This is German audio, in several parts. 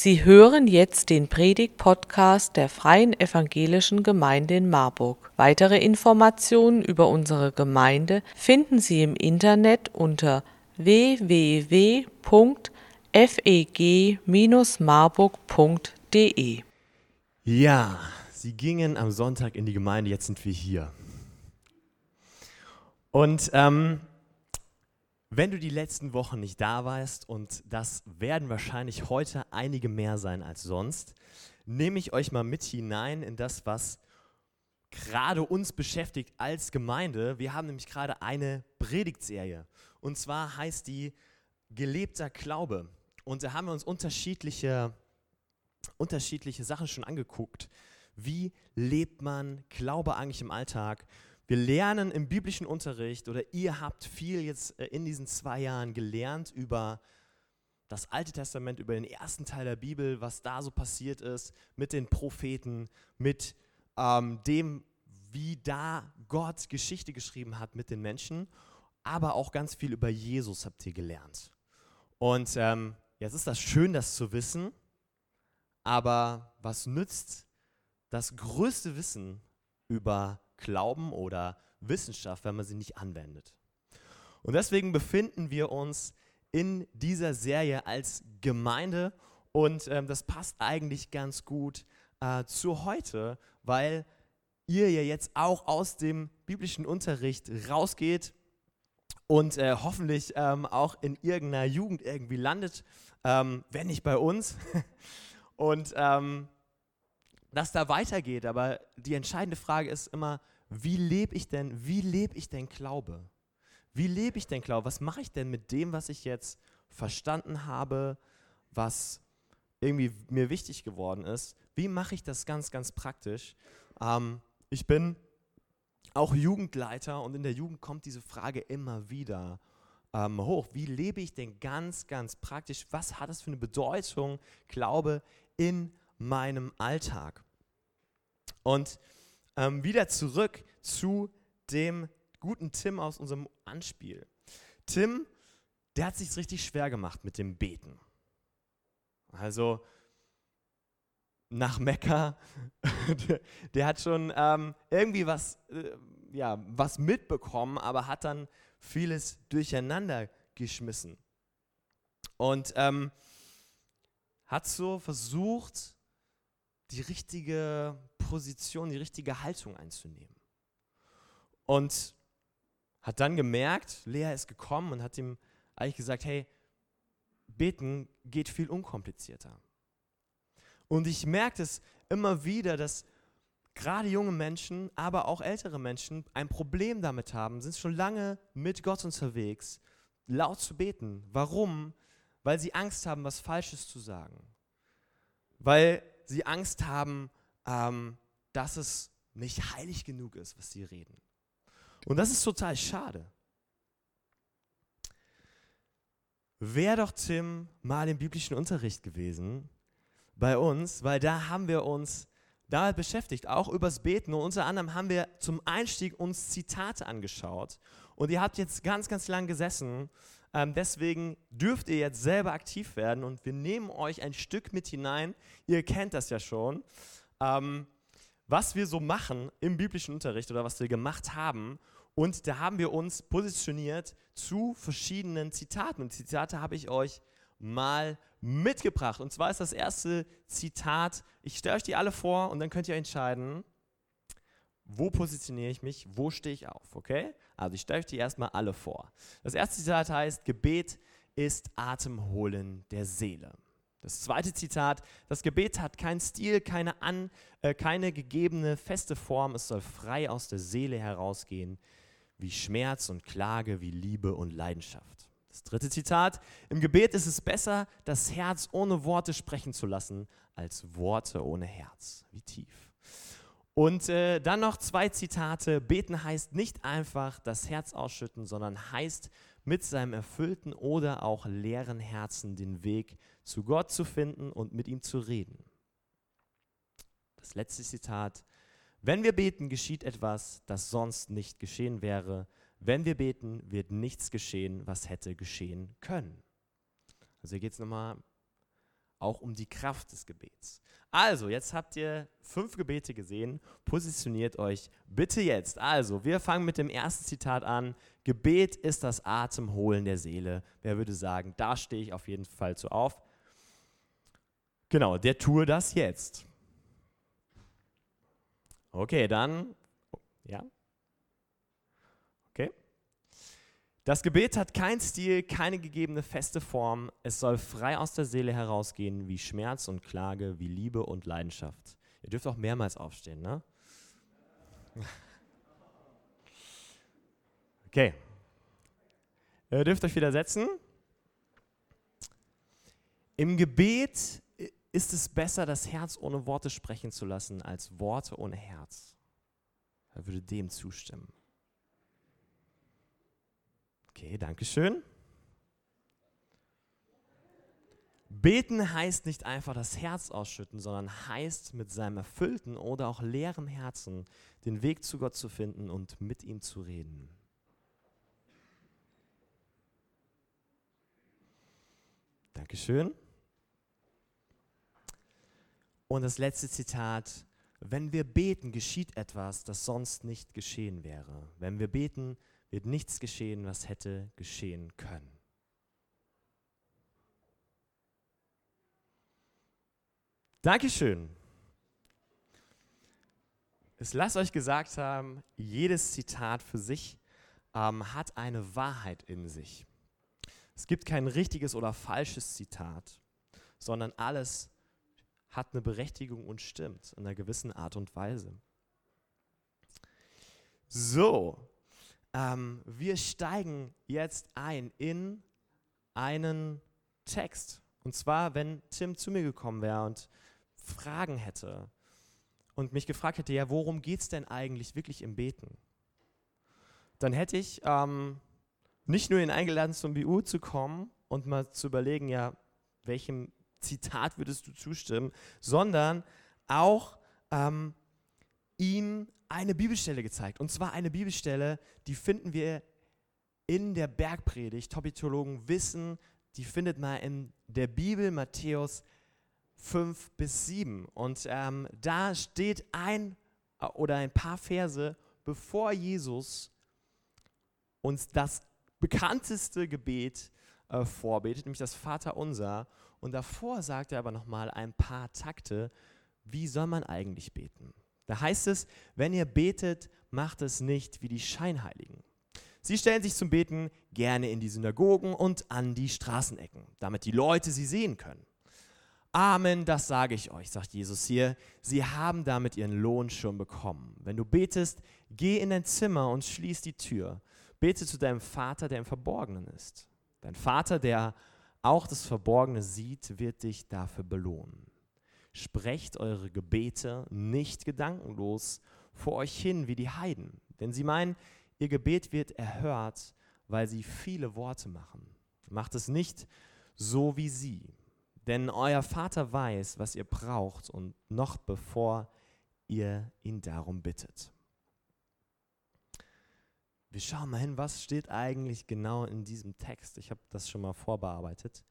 Sie hören jetzt den Predigt-Podcast der Freien Evangelischen Gemeinde in Marburg. Weitere Informationen über unsere Gemeinde finden Sie im Internet unter www.feg-marburg.de. Ja, sie gingen am Sonntag in die Gemeinde, jetzt sind wir hier. Und wenn du die letzten Wochen nicht da warst, und das werden wahrscheinlich heute einige mehr sein als sonst, nehme ich euch mal mit hinein in das, was gerade uns beschäftigt als Gemeinde. Wir haben nämlich gerade eine Predigtserie, und zwar heißt die Gelebter Glaube. Und da haben wir uns unterschiedliche Sachen schon angeguckt. Wie lebt man Glaube eigentlich im Alltag? Wir lernen im biblischen Unterricht, oder ihr habt viel jetzt in diesen 2 Jahren gelernt über das Alte Testament, über den ersten Teil der Bibel, was da so passiert ist mit den Propheten, mit dem, wie da Gott Geschichte geschrieben hat mit den Menschen, aber auch ganz viel über Jesus habt ihr gelernt. Und jetzt ist das schön, das zu wissen, aber was nützt das größte Wissen über Glauben oder Wissenschaft, wenn man sie nicht anwendet? Und deswegen befinden wir uns in dieser Serie als Gemeinde, und das passt eigentlich ganz gut zu heute, weil ihr ja jetzt auch aus dem biblischen Unterricht rausgeht und hoffentlich auch in irgendeiner Jugend irgendwie landet, wenn nicht bei uns. Und dass da weitergeht, aber die entscheidende Frage ist immer, wie lebe ich denn Glaube? Wie lebe ich denn Glaube? Was mache ich denn mit dem, was ich jetzt verstanden habe, was irgendwie mir wichtig geworden ist? Wie mache ich das ganz, ganz praktisch? Ich bin auch Jugendleiter, und in der Jugend kommt diese Frage immer wieder hoch. Wie lebe ich denn ganz, ganz praktisch? Was hat es für eine Bedeutung, Glaube in meinem Alltag? Und wieder zurück zu dem guten Tim aus unserem Anspiel. Tim, der hat sich richtig schwer gemacht mit dem Beten. Also nach Mekka, der hat schon irgendwie was mitbekommen, aber hat dann vieles durcheinander geschmissen. Und hat so versucht, die richtige Position, die richtige Haltung einzunehmen. Und hat dann gemerkt, Lea ist gekommen und hat ihm eigentlich gesagt, hey, beten geht viel unkomplizierter. Und ich merke es immer wieder, dass gerade junge Menschen, aber auch ältere Menschen ein Problem damit haben, sind schon lange mit Gott unterwegs, laut zu beten. Warum? Weil sie Angst haben, was Falsches zu sagen. Weil sie Angst haben, dass es nicht heilig genug ist, was sie reden. Und das ist total schade. Wäre doch Tim mal im biblischen Unterricht gewesen bei uns, weil da haben wir uns damit beschäftigt, auch übers Beten. Und unter anderem haben wir zum Einstieg uns Zitate angeschaut. Und ihr habt jetzt ganz, ganz lang gesessen. Deswegen dürft ihr jetzt selber aktiv werden, und wir nehmen euch ein Stück mit hinein. Ihr kennt das ja schon. Was wir so machen im biblischen Unterricht oder was wir gemacht haben. Und da haben wir uns positioniert zu verschiedenen Zitaten. Und Zitate habe ich euch mal mitgebracht. Und zwar ist das erste Zitat, ich stelle euch die alle vor, und dann könnt ihr entscheiden, wo positioniere ich mich, wo stehe ich auf, okay? Also ich stelle euch die erstmal alle vor. Das erste Zitat heißt, Gebet ist Atemholen der Seele. Das zweite Zitat, das Gebet hat keinen Stil, keine gegebene feste Form, es soll frei aus der Seele herausgehen, wie Schmerz und Klage, wie Liebe und Leidenschaft. Das dritte Zitat, im Gebet ist es besser, das Herz ohne Worte sprechen zu lassen, als Worte ohne Herz. Wie tief. Und dann noch 2 Zitate, beten heißt nicht einfach das Herz ausschütten, sondern heißt mit seinem erfüllten oder auch leeren Herzen den Weg zu Gott zu finden und mit ihm zu reden. Das letzte Zitat, wenn wir beten, geschieht etwas, das sonst nicht geschehen wäre. Wenn wir beten, wird nichts geschehen, was hätte geschehen können. Also hier geht es nochmal auch um die Kraft des Gebets. Also, jetzt habt ihr 5 Gebete gesehen, positioniert euch bitte jetzt. Also, wir fangen mit dem ersten Zitat an. Gebet ist das Atemholen der Seele. Wer würde sagen, da stehe ich auf jeden Fall zu auf. Genau, der tue das jetzt. Okay, dann, ja. Okay. Das Gebet hat keinen Stil, keine gegebene feste Form. Es soll frei aus der Seele herausgehen, wie Schmerz und Klage, wie Liebe und Leidenschaft. Ihr dürft auch mehrmals aufstehen, ne? Okay. Ihr dürft euch wieder setzen. Im Gebet ist es besser, das Herz ohne Worte sprechen zu lassen, als Worte ohne Herz. Er würde dem zustimmen. Okay, danke schön. Beten heißt nicht einfach das Herz ausschütten, sondern heißt mit seinem erfüllten oder auch leeren Herzen den Weg zu Gott zu finden und mit ihm zu reden. Dankeschön. Und das letzte Zitat: Wenn wir beten, geschieht etwas, das sonst nicht geschehen wäre. Wenn wir beten, wird nichts geschehen, was hätte geschehen können. Dankeschön. Lasst euch gesagt haben, jedes Zitat für sich hat eine Wahrheit in sich. Es gibt kein richtiges oder falsches Zitat, sondern alles hat eine Berechtigung und stimmt in einer gewissen Art und Weise. So, wir steigen jetzt ein in einen Text. Und zwar, wenn Tim zu mir gekommen wäre und Fragen hätte und mich gefragt hätte, ja, worum geht es denn eigentlich wirklich im Beten? Dann hätte ich nicht nur ihn eingeladen, zum BU zu kommen und mal zu überlegen, ja, welchem Zitat würdest du zustimmen, sondern auch ihm eine Bibelstelle gezeigt. Und zwar eine Bibelstelle, die finden wir in der Bergpredigt. Top-Theologen wissen, die findet man in der Bibel, Matthäus 5-7. Und da steht ein paar Verse, bevor Jesus uns das bekannteste Gebet vorbetet, nämlich das Vaterunser. Und davor sagt er aber nochmal ein paar Takte, wie soll man eigentlich beten? Da heißt es, wenn ihr betet, macht es nicht wie die Scheinheiligen. Sie stellen sich zum Beten gerne in die Synagogen und an die Straßenecken, damit die Leute sie sehen können. Amen, das sage ich euch, sagt Jesus hier. Sie haben damit ihren Lohn schon bekommen. Wenn du betest, geh in dein Zimmer und schließ die Tür. Bete zu deinem Vater, der im Verborgenen ist. Dein Vater, der auch das Verborgene sieht, wird dich dafür belohnen. Sprecht eure Gebete nicht gedankenlos vor euch hin wie die Heiden, denn sie meinen, ihr Gebet wird erhört, weil sie viele Worte machen. Macht es nicht so wie sie, denn euer Vater weiß, was ihr braucht und noch bevor ihr ihn darum bittet. Wir schauen mal hin, was steht eigentlich genau in diesem Text. Ich habe das schon mal vorbearbeitet.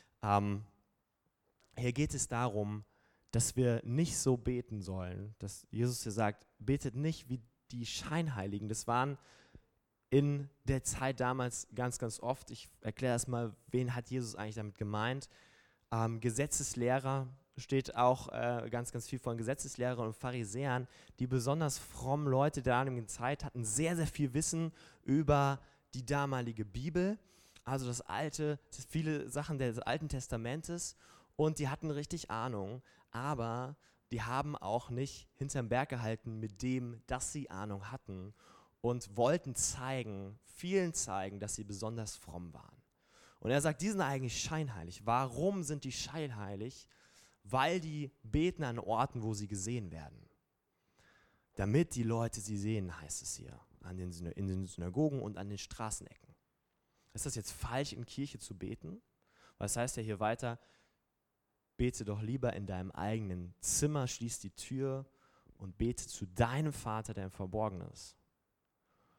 Hier geht es darum, dass wir nicht so beten sollen, dass Jesus hier sagt, betet nicht wie die Scheinheiligen. Das waren in der Zeit damals ganz, ganz oft. Ich erkläre das mal, wen hat Jesus eigentlich damit gemeint? Gesetzeslehrer, steht auch ganz, ganz viel von Gesetzeslehrern und Pharisäern, die besonders frommen Leute der damaligen Zeit hatten sehr, sehr viel Wissen über die damalige Bibel, also viele Sachen des Alten Testamentes, und die hatten richtig Ahnung, aber die haben auch nicht hinterm Berg gehalten mit dem, dass sie Ahnung hatten und wollten vielen zeigen, dass sie besonders fromm waren. Und er sagt, die sind eigentlich scheinheilig. Warum sind die scheinheilig? Weil die beten an Orten, wo sie gesehen werden. Damit die Leute sie sehen, heißt es hier, in den Synagogen und an den Straßenecken. Ist das jetzt falsch, in Kirche zu beten? Was heißt ja hier weiter? Bete doch lieber in deinem eigenen Zimmer, schließ die Tür und bete zu deinem Vater, der im Verborgenen ist.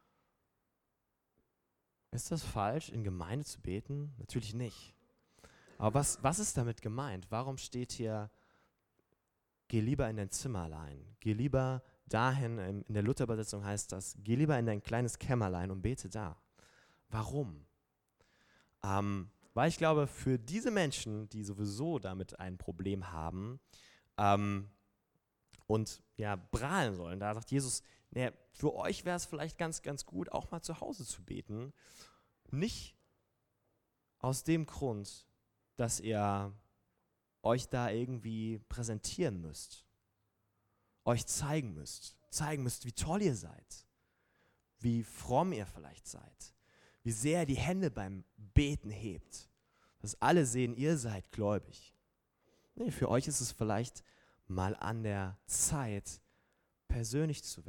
Ist das falsch, in Gemeinde zu beten? Natürlich nicht. Aber was ist damit gemeint? Warum steht hier, geh lieber in dein Zimmerlein, geh lieber dahin, in der Luther-Übersetzung heißt das, geh lieber in dein kleines Kämmerlein und bete da. Warum? Weil ich glaube, für diese Menschen, die sowieso damit ein Problem haben und ja, prahlen sollen, da sagt Jesus, naja, für euch wäre es vielleicht ganz, ganz gut, auch mal zu Hause zu beten. Nicht aus dem Grund, dass ihr euch da irgendwie präsentieren müsst, euch zeigen müsst, wie toll ihr seid, wie fromm ihr vielleicht seid, wie sehr ihr die Hände beim Beten hebt, dass alle sehen, ihr seid gläubig. Nee, für euch ist es vielleicht mal an der Zeit, persönlich zu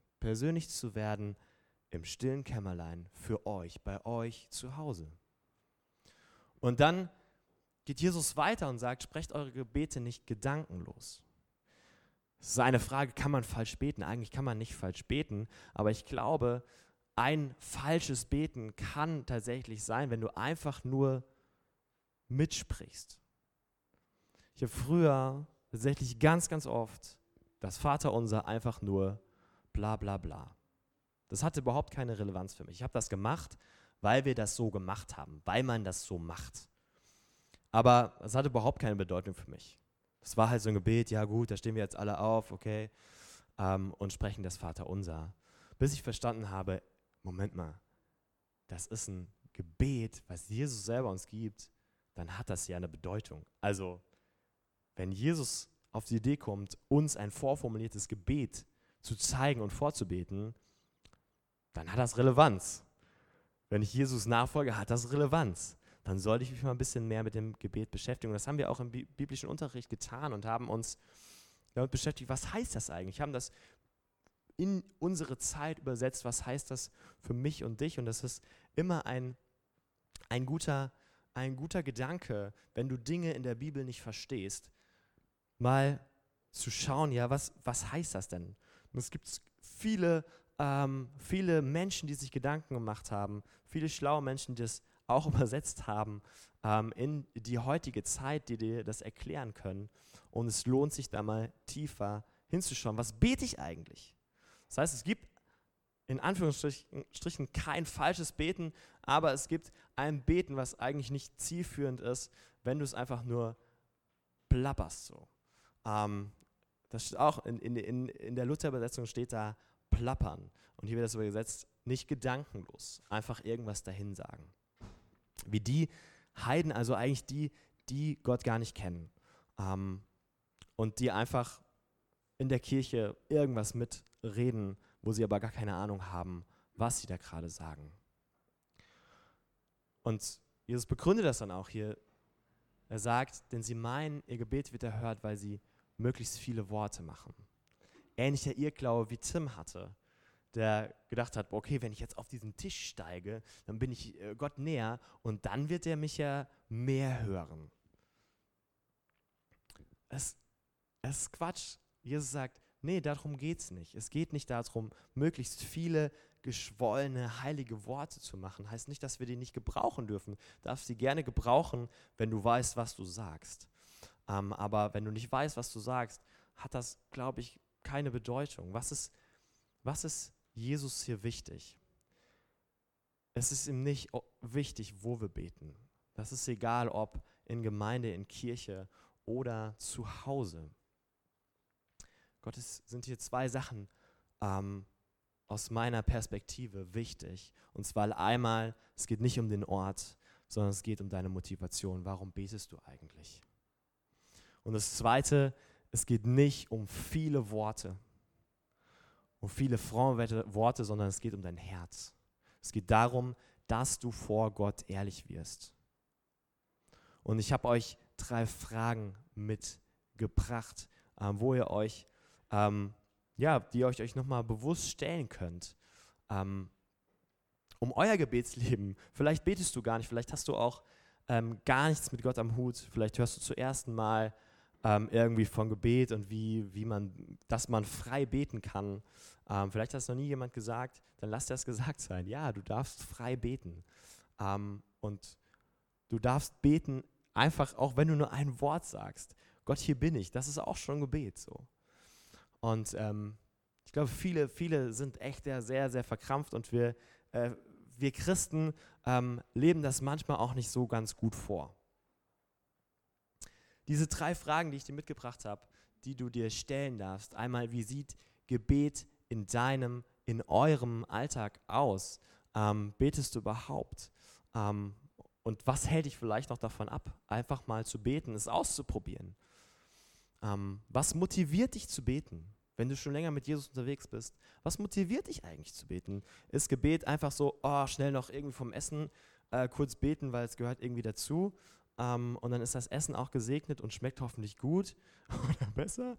werden im stillen Kämmerlein für euch, bei euch zu Hause. Und dann geht Jesus weiter und sagt, sprecht eure Gebete nicht gedankenlos. Das ist eine Frage, kann man falsch beten? Eigentlich kann man nicht falsch beten, aber ich glaube, ein falsches Beten kann tatsächlich sein, wenn du einfach nur mitsprichst. Ich habe früher tatsächlich ganz, ganz oft das Vaterunser einfach nur bla bla bla. Das hatte überhaupt keine Relevanz für mich. Ich habe das gemacht, weil wir das so gemacht haben, weil man das so macht. Aber es hatte überhaupt keine Bedeutung für mich. Es war halt so ein Gebet, ja gut, da stehen wir jetzt alle auf, okay, und sprechen das Vaterunser. Bis ich verstanden habe, Moment mal, das ist ein Gebet, was Jesus selber uns gibt, dann hat das ja eine Bedeutung. Also, wenn Jesus auf die Idee kommt, uns ein vorformuliertes Gebet zu zeigen und vorzubeten, dann hat das Relevanz. Wenn ich Jesus nachfolge, hat das Relevanz. Dann sollte ich mich mal ein bisschen mehr mit dem Gebet beschäftigen. Und das haben wir auch im biblischen Unterricht getan und haben uns damit beschäftigt, was heißt das eigentlich? Wir haben das in unsere Zeit übersetzt, was heißt das für mich und dich? Und das ist immer ein guter Gedanke, wenn du Dinge in der Bibel nicht verstehst, mal zu schauen, ja, was heißt das denn? Und es gibt viele Menschen, die sich Gedanken gemacht haben, viele schlaue Menschen, die das auch übersetzt haben in die heutige Zeit, die dir das erklären können. Und es lohnt sich da mal tiefer hinzuschauen. Was bete ich eigentlich? Das heißt, es gibt in Anführungsstrichen kein falsches Beten, aber es gibt ein Beten, was eigentlich nicht zielführend ist, wenn du es einfach nur plapperst so. Das steht auch in der Luther-Übersetzung steht da plappern. Und hier wird das übersetzt, nicht gedankenlos, einfach irgendwas dahin sagen. Wie die Heiden, also eigentlich die Gott gar nicht kennen. Und die einfach in der Kirche irgendwas mitreden, wo sie aber gar keine Ahnung haben, was sie da gerade sagen. Und Jesus begründet das dann auch hier. Er sagt, denn sie meinen, ihr Gebet wird erhört, weil sie möglichst viele Worte machen. Ähnlicher Irrglaube wie Tim hatte, der gedacht hat, okay, wenn ich jetzt auf diesen Tisch steige, dann bin ich Gott näher und dann wird er mich ja mehr hören. Es ist Quatsch. Jesus sagt, nee, darum geht es nicht. Es geht nicht darum, möglichst viele geschwollene, heilige Worte zu machen. Heißt nicht, dass wir die nicht gebrauchen dürfen. Du darfst sie gerne gebrauchen, wenn du weißt, was du sagst. Aber wenn du nicht weißt, was du sagst, hat das, glaube ich, keine Bedeutung. Was ist Jesus hier wichtig? Es ist ihm nicht wichtig, wo wir beten. Das ist egal, ob in Gemeinde, in Kirche oder zu Hause. Sind hier zwei Sachen aus meiner Perspektive wichtig. Und zwar einmal, es geht nicht um den Ort, sondern es geht um deine Motivation. Warum betest du eigentlich? Und das Zweite, es geht nicht um viele Worte, um viele fromme Worte, sondern es geht um dein Herz. Es geht darum, dass du vor Gott ehrlich wirst. Und ich habe euch 3 Fragen mitgebracht, wo ihr euch, die ihr euch nochmal bewusst stellen könnt, um euer Gebetsleben. Vielleicht betest du gar nicht, vielleicht hast du auch gar nichts mit Gott am Hut, vielleicht hörst du zum ersten Mal irgendwie von Gebet und dass man frei beten kann. Vielleicht hat es noch nie jemand gesagt, dann lass das gesagt sein. Ja, du darfst frei beten. Und du darfst beten einfach auch, wenn du nur ein Wort sagst, Gott, hier bin ich, das ist auch schon Gebet so. Und ich glaube, viele sind echt sehr, sehr verkrampft und wir Christen leben das manchmal auch nicht so ganz gut vor. Diese 3 Fragen, die ich dir mitgebracht habe, die du dir stellen darfst. Einmal, wie sieht Gebet in eurem Alltag aus? Betest du überhaupt? Und was hält dich vielleicht noch davon ab, einfach mal zu beten, es auszuprobieren? Was motiviert dich zu beten, wenn du schon länger mit Jesus unterwegs bist? Was motiviert dich eigentlich zu beten? Ist Gebet einfach so, schnell noch irgendwie vom Essen kurz beten, weil es gehört irgendwie dazu? Und dann ist das Essen auch gesegnet und schmeckt hoffentlich gut oder besser.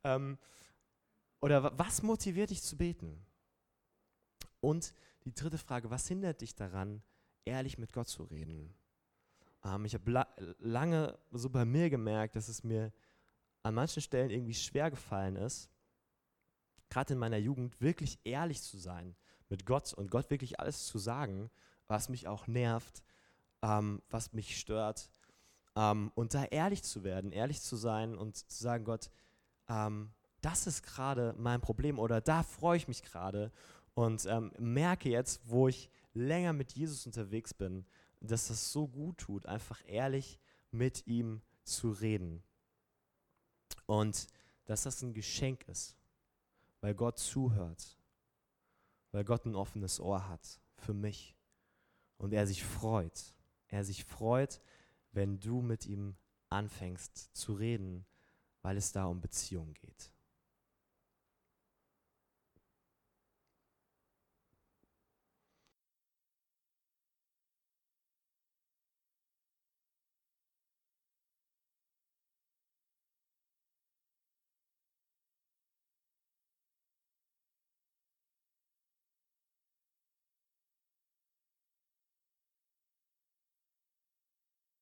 Oder was motiviert dich zu beten? Und die 3. Frage, was hindert dich daran, ehrlich mit Gott zu reden? Ich habe lange so bei mir gemerkt, dass es mir an manchen Stellen irgendwie schwer gefallen ist, gerade in meiner Jugend wirklich ehrlich zu sein mit Gott und Gott wirklich alles zu sagen, was mich auch nervt, was mich stört. Und da ehrlich zu werden, ehrlich zu sein und zu sagen, Gott, das ist gerade mein Problem oder da freue ich mich gerade und merke jetzt, wo ich länger mit Jesus unterwegs bin, dass das so gut tut, einfach ehrlich mit ihm zu reden. Und dass das ein Geschenk ist, weil Gott zuhört, weil Gott ein offenes Ohr hat für mich und er sich freut. Er sich freut, wenn du mit ihm anfängst zu reden, weil es da um Beziehung geht.